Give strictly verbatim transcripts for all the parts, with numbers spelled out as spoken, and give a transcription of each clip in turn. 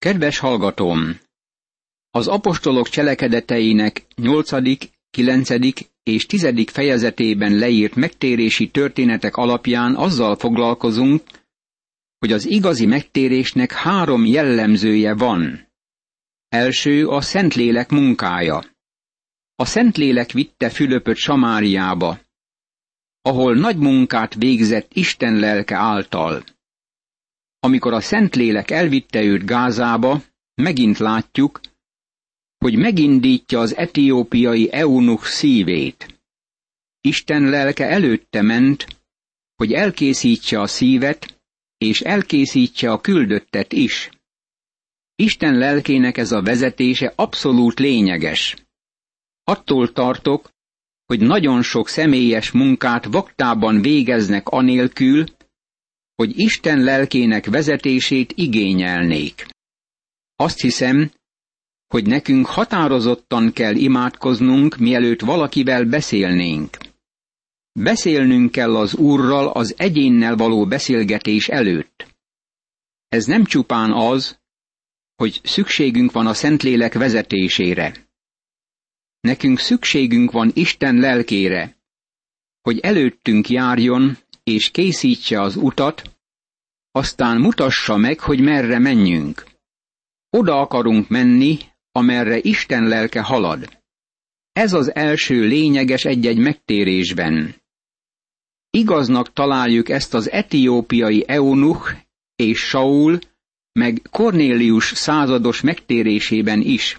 Kedves hallgatóm! Az apostolok cselekedeteinek nyolcadik, kilencedik és tizedik fejezetében leírt megtérési történetek alapján azzal foglalkozunk, hogy az igazi megtérésnek három jellemzője van. Első a Szentlélek munkája. A Szentlélek vitte Fülöpöt Samáriába, ahol nagy munkát végzett Isten lelke által. Amikor a Szentlélek elvitte őt Gázába, megint látjuk, hogy megindítja az etiópiai eunuch szívét. Isten lelke előtte ment, hogy elkészítse a szívet, és elkészítse a küldöttet is. Isten lelkének ez a vezetése abszolút lényeges. Attól tartok, hogy nagyon sok személyes munkát vaktában végeznek anélkül, hogy Isten lelkének vezetését igényelnék. Azt hiszem, hogy nekünk határozottan kell imádkoznunk, mielőtt valakivel beszélnénk. Beszélnünk kell az Úrral az egyénnel való beszélgetés előtt. Ez nem csupán az, hogy szükségünk van a Szentlélek vezetésére. Nekünk szükségünk van Isten lelkére, hogy előttünk járjon és készítse az utat, aztán mutassa meg, hogy merre menjünk. Oda akarunk menni, amerre Isten lelke halad. Ez az első lényeges egy-egy megtérésben. Igaznak találjuk ezt az etiópiai eunuch és Saul, meg Kornélius százados megtérésében is.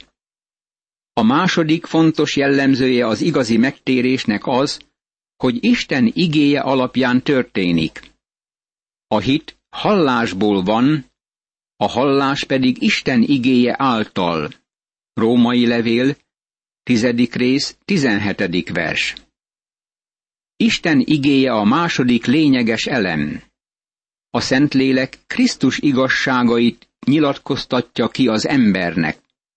A második fontos jellemzője az igazi megtérésnek az, hogy Isten igéje alapján történik. A hit hallásból van, a hallás pedig Isten igéje által. Római levél, tizedik rész, tizenhetedik vers. Isten igéje a második lényeges elem. A Szentlélek Krisztus igazságait nyilatkoztatja ki az embernek.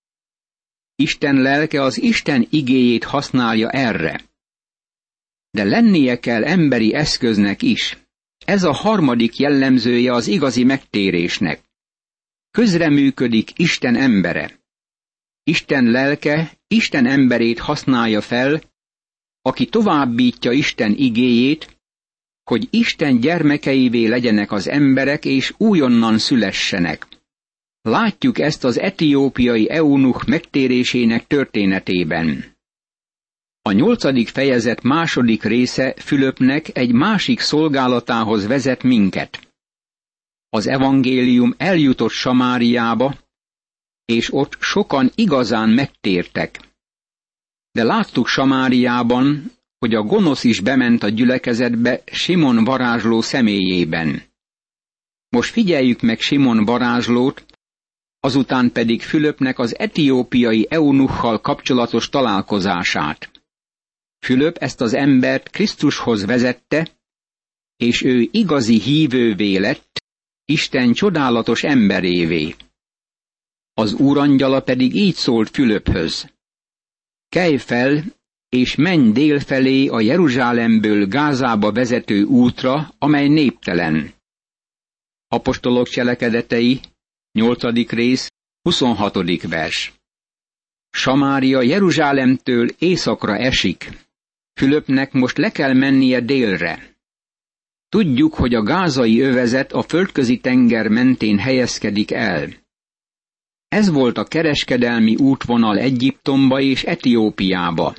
Isten lelke az Isten igéjét használja erre. De lennie kell emberi eszköznek is. Ez a harmadik jellemzője az igazi megtérésnek. Közreműködik Isten embere. Isten lelke Isten emberét használja fel, aki továbbítja Isten igéjét, hogy Isten gyermekeivé legyenek az emberek, és újonnan szülessenek. Látjuk ezt az etiópiai eunuch megtérésének történetében. A nyolcadik fejezet második része Fülöpnek egy másik szolgálatához vezet minket. Az evangélium eljutott Samáriába, és ott sokan igazán megtértek. De láttuk Samáriában, hogy a gonosz is bement a gyülekezetbe Simon varázsló személyében. Most figyeljük meg Simon varázslót, azután pedig Fülöpnek az etiópiai eunuchal kapcsolatos találkozását. Fülöp ezt az embert Krisztushoz vezette, és ő igazi hívővé lett, Isten csodálatos emberévé. Az úrangyala pedig így szólt Fülöphöz: kelj fel, és menj délfelé a Jeruzsálemből Gázába vezető útra, amely néptelen. Apostolok cselekedetei, nyolcadik rész, huszonhatodik vers. Samária Jeruzsálemtől északra esik. Fülöpnek most le kell mennie délre. Tudjuk, hogy a gázai övezet a földközi tenger mentén helyezkedik el. Ez volt a kereskedelmi útvonal Egyiptomba és Etiópiába.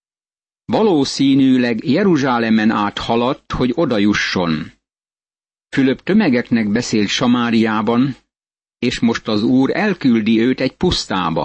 Valószínűleg Jeruzsálemen át haladt, hogy odajusson. Fülöp tömegeknek beszélt Samáriában, és most az Úr elküldi őt egy pusztába.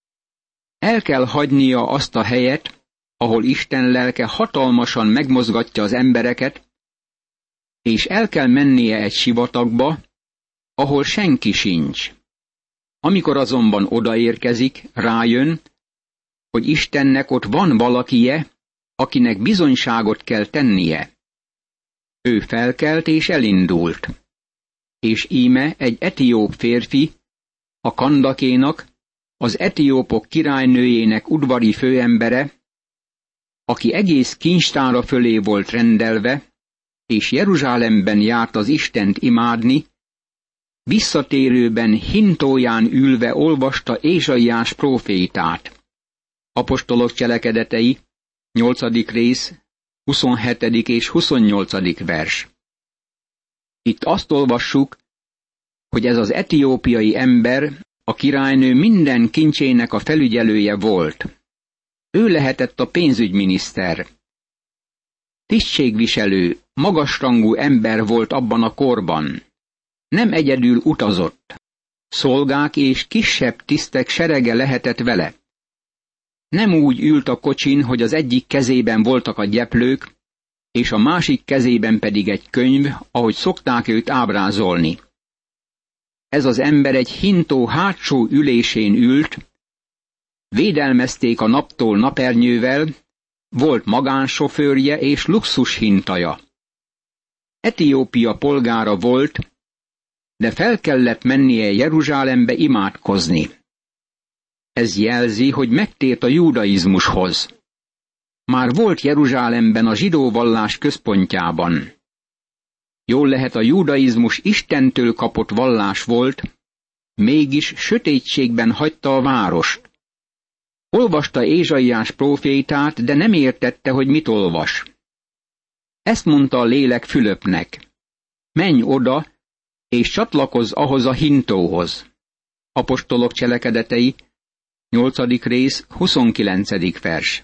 El kell hagynia azt a helyet, ahol Isten lelke hatalmasan megmozgatja az embereket, és el kell mennie egy sivatagba, ahol senki sincs. Amikor azonban odaérkezik, rájön, hogy Istennek ott van valakije, akinek bizonyságot kell tennie. Ő felkelt és elindult. És íme egy etióp férfi, a Kandakénak, az etiópok királynőjének udvari főembere, aki egész kincstára fölé volt rendelve, és Jeruzsálemben járt az Istent imádni, visszatérőben hintóján ülve olvasta Ézsaiás prófétát. Apostolok cselekedetei, nyolcadik rész, huszonhetedik és huszonnyolcadik vers. Itt azt olvassuk, hogy ez az etiópiai ember a királynő minden kincsének a felügyelője volt. Ő lehetett a pénzügyminiszter. Tisztségviselő, magasrangú ember volt abban a korban. Nem egyedül utazott. Szolgák és kisebb tisztek serege lehetett vele. Nem úgy ült a kocsin, hogy az egyik kezében voltak a gyeplők, és a másik kezében pedig egy könyv, ahogy szokták őt ábrázolni. Ez az ember egy hintó hátsó ülésén ült, védelmezték a naptól napernyővel, volt magánsofőrje és luxus hintaja. Etiópia polgára volt, de fel kellett mennie Jeruzsálembe imádkozni. Ez jelzi, hogy megtért a judaizmushoz. Már volt Jeruzsálemben a zsidó vallás központjában. Jól lehet, a judaizmus Istentől kapott vallás volt, mégis sötétségben hagyta a várost. Olvasta Ézsaiás prófétát, de nem értette, hogy mit olvas. Ezt mondta a lélek Fülöpnek: menj oda, és csatlakozz ahhoz a hintóhoz. Apostolok cselekedetei, nyolcadik rész, huszonkilencedik vers.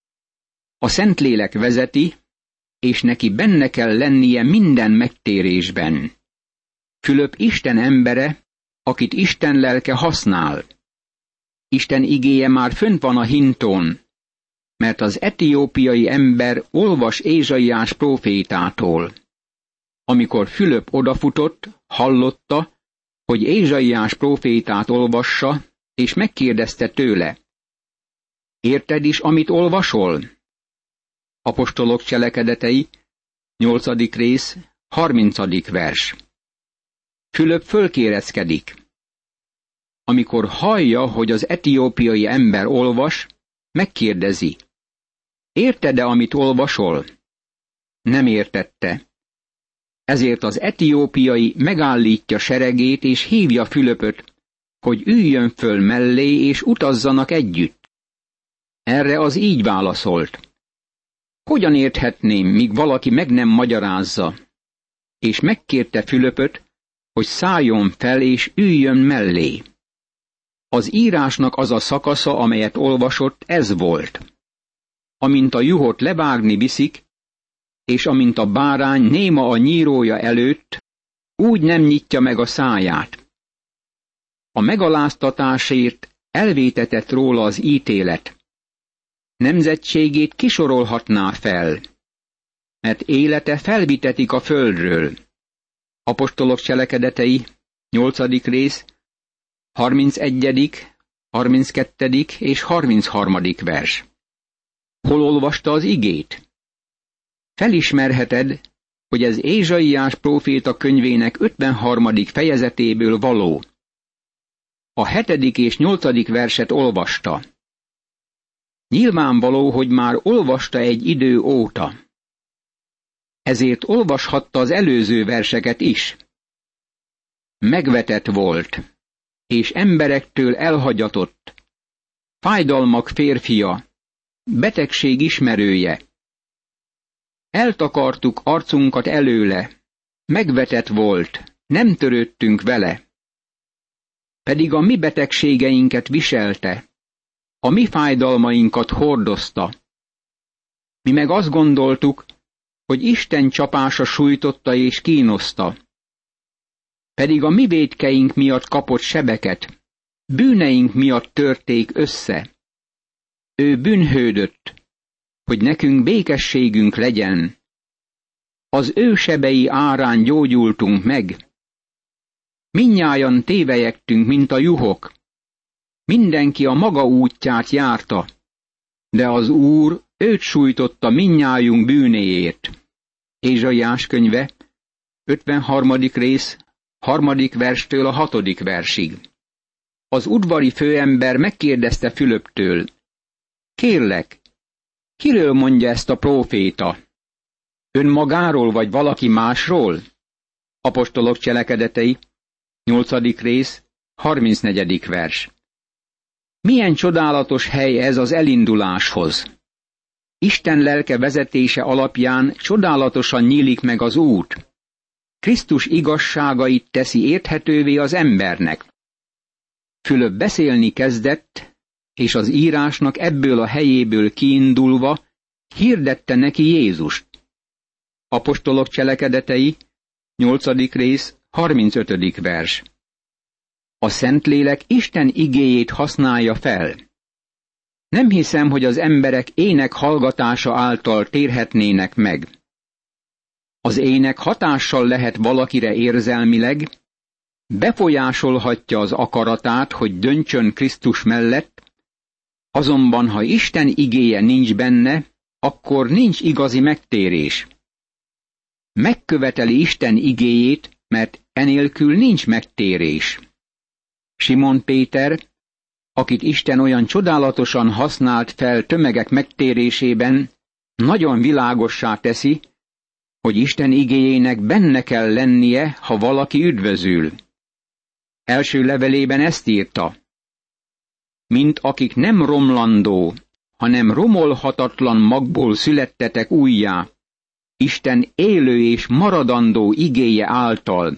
A Szentlélek vezeti, és neki benne kell lennie minden megtérésben. Fülöp Isten embere, akit Isten lelke használ. Isten igéje már fönt van a hintón, mert az etiópiai ember olvas Ézsaiás prófétától. Amikor Fülöp odafutott, hallotta, hogy Ézsaiás prófétát olvassa, és megkérdezte tőle: érted is, amit olvasol? Apostolok cselekedetei, nyolcadik rész, harmincadik vers. Fülöp fölkéreckedik. Amikor hallja, hogy az etiópiai ember olvas, megkérdezi: érted-e, amit olvasol? Nem értette. Ezért az etiópiai megállítja seregét, és hívja Fülöpöt, hogy üljön föl mellé, és utazzanak együtt. Erre az így válaszolt: hogyan érthetném, míg valaki meg nem magyarázza? És megkérte Fülöpöt, hogy szálljon fel, és üljön mellé. Az írásnak az a szakasza, amelyet olvasott, ez volt: amint a juhot levágni viszik, és amint a bárány néma a nyírója előtt, úgy nem nyitja meg a száját. A megaláztatásért elvétetett róla az ítélet. Nemzetségét kisorolhatná fel, mert élete felvitetik a földről. Apostolok cselekedetei, nyolcadik rész, harmincegyedik, harminckettedik és harmincharmadik vers. Hol olvasta az igét? Felismerheted, hogy ez Ézsaiás próféta könyvének ötvenharmadik fejezetéből való. A hetedik és nyolcadik verset olvasta. Nyilvánvaló, hogy már olvasta egy idő óta. Ezért olvashatta az előző verseket is. Megvetett volt, és emberektől elhagyatott, fájdalmak férfia, betegség ismerője. Eltakartuk arcunkat előle, megvetett volt, nem törődtünk vele. Pedig a mi betegségeinket viselte, a mi fájdalmainkat hordozta. Mi meg azt gondoltuk, hogy Isten csapása sújtotta és kínoszta. Pedig a mi vétkeink miatt kapott sebeket, bűneink miatt törték össze. Ő bűnhődött, hogy nekünk békességünk legyen. Az ő sebei árán gyógyultunk meg. Mindnyájan tévejektünk, mint a juhok. Mindenki a maga útját járta, de az Úr őt sújtotta mindnyájunk bűnéért. Ézsaiás könyve, ötvenharmadik rész, harmadik verstől a hatodik versig. Az udvari főember megkérdezte Fülöptől: kérlek, kiről mondja ezt a próféta? Önmagáról vagy valaki másról? Apostolok cselekedetei, nyolcadik rész, harmincnegyedik vers. Milyen csodálatos hely ez az elinduláshoz! Isten lelke vezetése alapján csodálatosan nyílik meg az út. Krisztus igazságait teszi érthetővé az embernek. Fülöp beszélni kezdett, és az írásnak ebből a helyéből kiindulva hirdette neki Jézust. Apostolok cselekedetei, nyolcadik rész, harmincötödik vers. A Szentlélek Isten igéjét használja fel. Nem hiszem, hogy az emberek ének hallgatása által térhetnének meg. Az ének hatással lehet valakire érzelmileg, befolyásolhatja az akaratát, hogy döntsön Krisztus mellett, azonban ha Isten igéje nincs benne, akkor nincs igazi megtérés. Megköveteli Isten igéjét, mert enélkül nincs megtérés. Simon Péter, akit Isten olyan csodálatosan használt fel tömegek megtérésében, nagyon világossá teszi, hogy Isten igéjének benne kell lennie, ha valaki üdvözül. Első levelében ezt írta: mint akik nem romlandó, hanem romolhatatlan magból születtetek újjá, Isten élő és maradandó igéje által.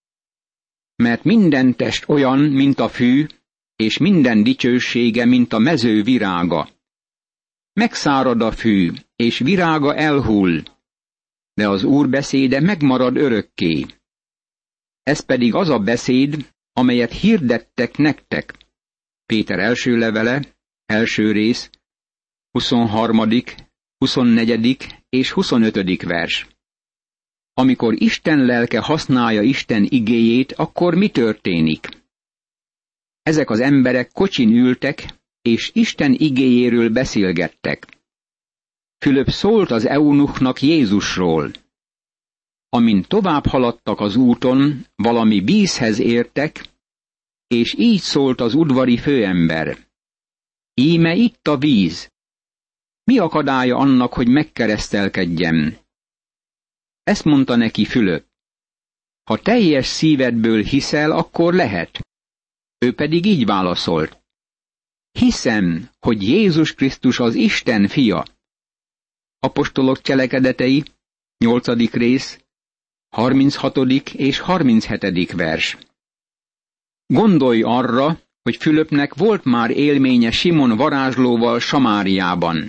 Mert minden test olyan, mint a fű, és minden dicsősége, mint a mező virága. Megszárad a fű, és virága elhull, de az Úr beszéde megmarad örökké. Ez pedig az a beszéd, amelyet hirdettek nektek. Péter első levele, első rész, huszonharmadik, huszonnegyedik és huszonötödik vers. Amikor Isten lelke használja Isten igéjét, akkor mi történik? Ezek az emberek kocsin ültek, és Isten igéjéről beszélgettek. Fülöp szólt az eunuchnak Jézusról. Amint tovább haladtak az úton, valami vízhez értek, és így szólt az udvari főember: íme itt a víz. Mi akadálya annak, hogy megkeresztelkedjem? Ezt mondta neki Fülöp: ha teljes szívedből hiszel, akkor lehet. Ő pedig így válaszolt: hiszem, hogy Jézus Krisztus az Isten fia. Apostolok cselekedetei, nyolcadik rész, harminchatodik és harminchetedik vers. Gondolj arra, hogy Fülöpnek volt már élménye Simon varázslóval Samáriában.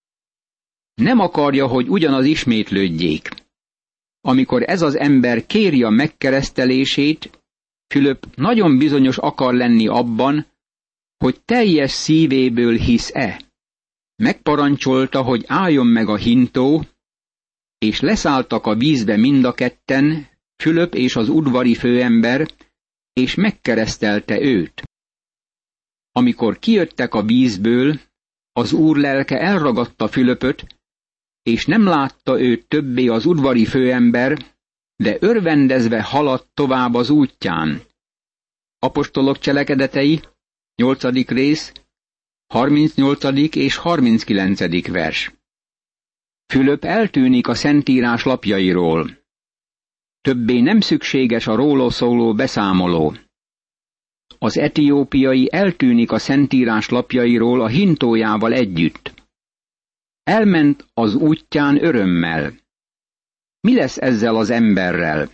Nem akarja, hogy ugyanaz ismétlődjék. Amikor ez az ember kéri a megkeresztelését, Fülöp nagyon bizonyos akar lenni abban, hogy teljes szívéből hisz-e. Megparancsolta, hogy álljon meg a hintó, és leszálltak a vízbe mind a ketten, Fülöp és az udvari főember, és megkeresztelte őt. Amikor kijöttek a vízből, az Úr lelke elragadta Fülöpöt, és nem látta őt többé az udvari főember, de örvendezve haladt tovább az útján. Apostolok cselekedetei, nyolcadik rész, harmincnyolcadik és harminckilencedik vers. Fülöp eltűnik a Szentírás lapjairól. Többé nem szükséges a róla szóló beszámoló. Az etiópiai eltűnik a Szentírás lapjairól a hintójával együtt. Elment az útján örömmel. Mi lesz ezzel az emberrel?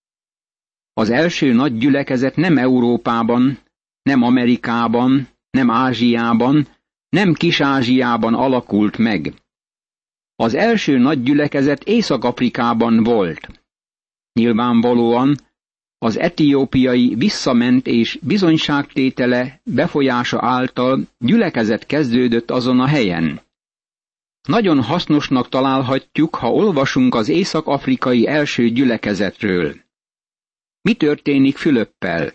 Az első nagy gyülekezet nem Európában, nem Amerikában, nem Ázsiában, nem Kis-Ázsiában alakult meg. Az első nagy gyülekezet Észak-Afrikában volt. Nyilvánvalóan az etiópiai visszament és bizonyságtétele befolyása által gyülekezet kezdődött azon a helyen. Nagyon hasznosnak találhatjuk, ha olvasunk az észak-afrikai első gyülekezetről. Mi történik Fülöppel?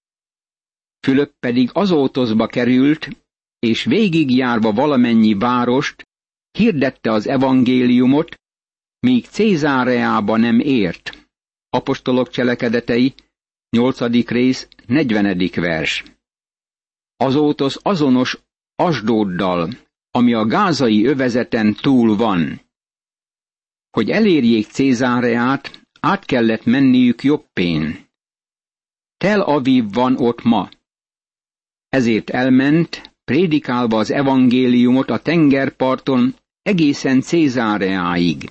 Fülöp pedig Azótoszba került, és végigjárva valamennyi várost, hirdette az evangéliumot, míg Cézáreába nem ért. Apostolok cselekedetei, nyolcadik rész, negyvenedik vers. Azótosz azonos Asdóddal, ami a gázai övezeten túl van. Hogy elérjék Cézáreát, át kellett menniük Joppén. Tel Aviv van ott ma. Ezért elment, prédikálva az evangéliumot a tengerparton egészen Cézáreáig.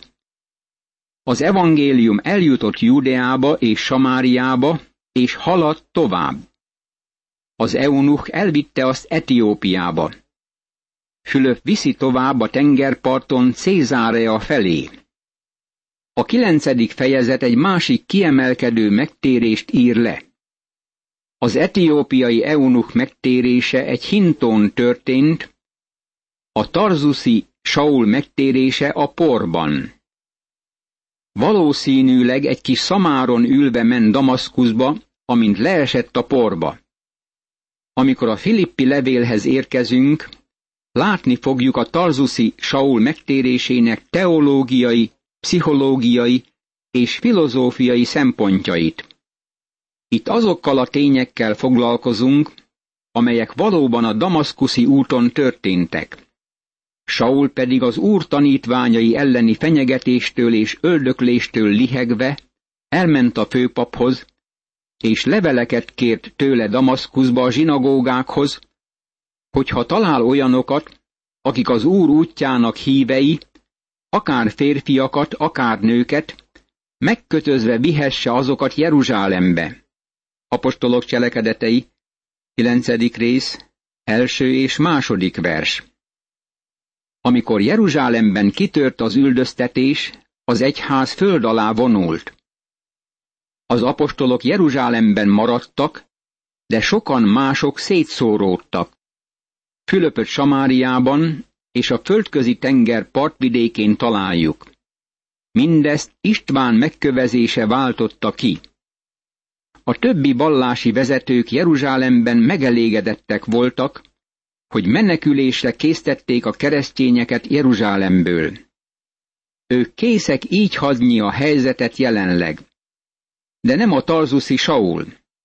Az evangélium eljutott Judeába és Samáriába, és haladt tovább. Az eunuch elvitte azt Etiópiába. Fülöp viszi tovább a tengerparton Cézárea felé. A kilencedik fejezet egy másik kiemelkedő megtérést ír le. Az etiópiai eunuch megtérése egy hintón történt, a tarzuszi Saul megtérése a porban. Valószínűleg egy kis szamáron ülve ment Damaszkuszba, amint leesett a porba. Amikor a Filippi levélhez érkezünk, látni fogjuk a tarzuszi Saul megtérésének teológiai, pszichológiai és filozófiai szempontjait. Itt azokkal a tényekkel foglalkozunk, amelyek valóban a damaszkuszi úton történtek. Saul pedig az Úr tanítványai elleni fenyegetéstől és öldökléstől lihegve elment a főpaphoz, és leveleket kért tőle Damaszkuszba a zsinagógákhoz, hogyha talál olyanokat, akik az Úr útjának hívei, akár férfiakat, akár nőket, megkötözve vihesse azokat Jeruzsálembe. Apostolok cselekedetei, kilencedik rész, első és második vers. Amikor Jeruzsálemben kitört az üldöztetés, az egyház föld alá vonult. Az apostolok Jeruzsálemben maradtak, de sokan mások szétszóródtak. Fülöpöt Samáriában és a földközi tenger partvidékén találjuk. Mindezt István megkövezése váltotta ki. A többi vallási vezetők Jeruzsálemben megelégedettek voltak, hogy menekülésre késztették a keresztényeket Jeruzsálemből. Ők készek így hagyni a helyzetet jelenleg. De nem a tarzuszi Saul.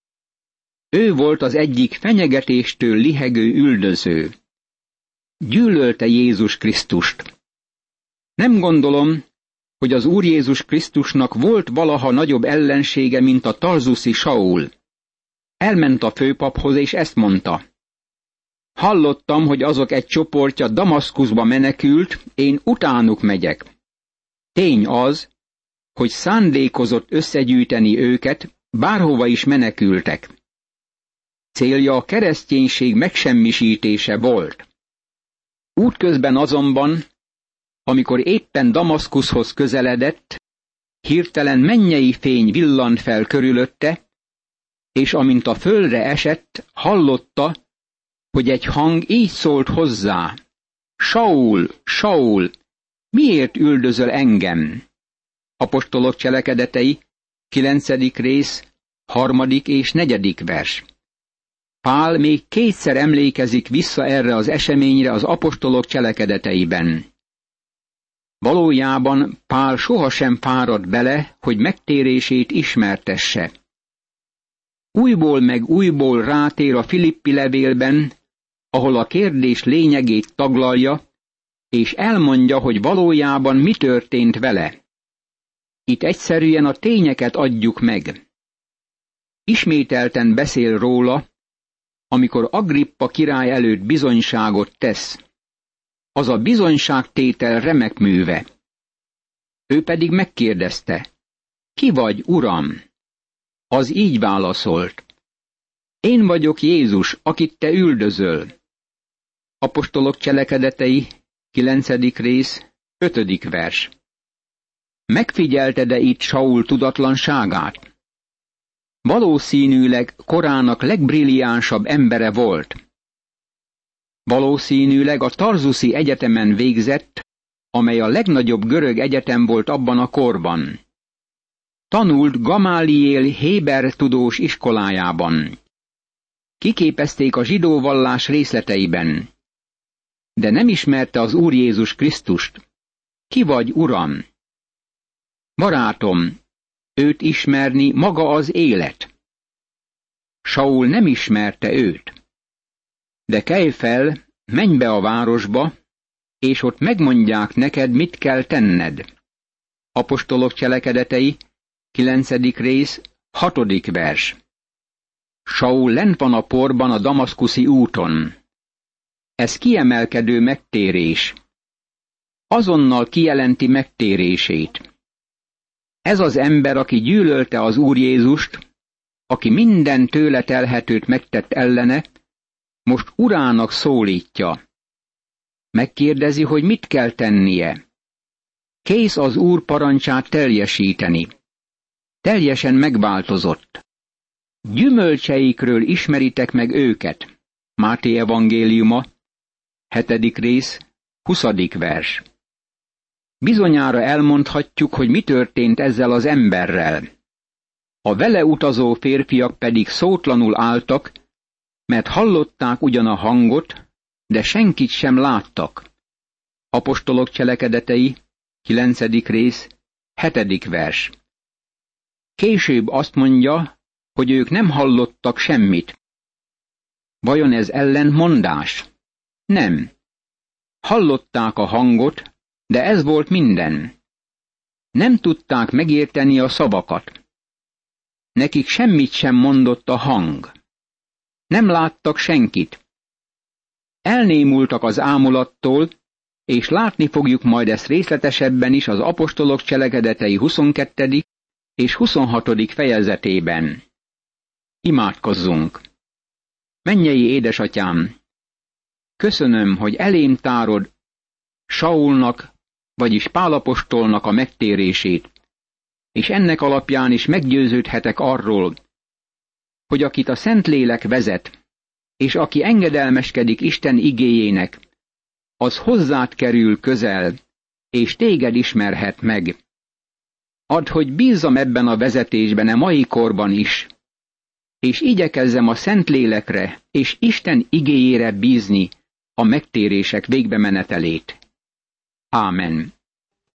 Ő volt az egyik fenyegetéstől lihegő üldöző. Gyűlölte Jézus Krisztust. Nem gondolom, hogy az Úr Jézus Krisztusnak volt valaha nagyobb ellensége, mint a tarzuszi Saul. Elment a főpaphoz, és ezt mondta. Hallottam, hogy azok egy csoportja Damaszkuszba menekült, én utánuk megyek. Tény az, hogy szándékozott összegyűjteni őket, bárhova is menekültek. Célja a kereszténység megsemmisítése volt. Útközben azonban, amikor éppen Damaszkuszhoz közeledett, hirtelen mennyei fény villant fel körülötte, és amint a földre esett, hallotta, hogy egy hang így szólt hozzá: Saul, Saul, miért üldözöl engem? Apostolok cselekedetei, kilencedik rész, harmadik és negyedik vers. Pál még kétszer emlékezik vissza erre az eseményre az apostolok cselekedeteiben. Valójában Pál sohasem fáradt bele, hogy megtérését ismertesse. Újból meg újból rátér a Filippi levélben, ahol a kérdés lényegét taglalja, és elmondja, hogy valójában mi történt vele. Itt egyszerűen a tényeket adjuk meg. Ismételten beszél róla, amikor Agrippa király előtt bizonyságot tesz. Az a bizonyságtétel remek műve. Ő pedig megkérdezte: Ki vagy, Uram? Az így válaszolt: Én vagyok Jézus, akit te üldözöl. Apostolok cselekedetei, kilencedik rész, ötödik vers. Megfigyelte-e itt Saul tudatlanságát? Valószínűleg korának legbrilliánsabb embere volt. Valószínűleg a Tarzuszi Egyetemen végzett, amely a legnagyobb görög egyetem volt abban a korban. Tanult Gamáliél héber tudós iskolájában. Kiképezték a zsidó vallás részleteiben. De nem ismerte az Úr Jézus Krisztust. Ki vagy, Uram? Barátom, őt ismerni maga az élet. Saul nem ismerte őt. De kelj fel, menj be a városba, és ott megmondják neked, mit kell tenned. Apostolok cselekedetei, kilencedik rész, hatodik vers. Saul lent van a porban a damaszkuszi úton. Ez kiemelkedő megtérés. Azonnal kijelenti megtérését. Ez az ember, aki gyűlölte az Úr Jézust, aki minden tőle telhetőt megtett ellene, most urának szólítja. Megkérdezi, hogy mit kell tennie. Kész az Úr parancsát teljesíteni. Teljesen megváltozott. Gyümölcseikről ismeritek meg őket. Máté evangéliuma, hetedik rész, huszadik vers. Bizonyára elmondhatjuk, hogy mi történt ezzel az emberrel. A vele utazó férfiak pedig szótlanul álltak, mert hallották ugyan a hangot, de senkit sem láttak. Apostolok cselekedetei, kilencedik rész, hetedik vers. Később azt mondja, hogy ők nem hallottak semmit. Vajon ez ellentmondás? Nem. Hallották a hangot, de ez volt minden. Nem tudták megérteni a szavakat. Nekik semmit sem mondott a hang. Nem láttak senkit. Elnémultak az ámulattól, és látni fogjuk majd ezt részletesebben is az apostolok cselekedetei huszonkettedik és huszonhatodik fejezetében. Imádkozzunk! Mennyei édesatyám! Köszönöm, hogy elém tárod Saulnak, vagyis Pál apostolnak a megtérését, és ennek alapján is meggyőződhetek arról, hogy akit a Szentlélek vezet, és aki engedelmeskedik Isten igéjének, az hozzád kerül közel, és téged ismerhet meg. Add, hogy bízzam ebben a vezetésben a mai korban is, és igyekezzem a Szentlélekre és Isten igéjére bízni a megtérések végbemenetelét. Ámen.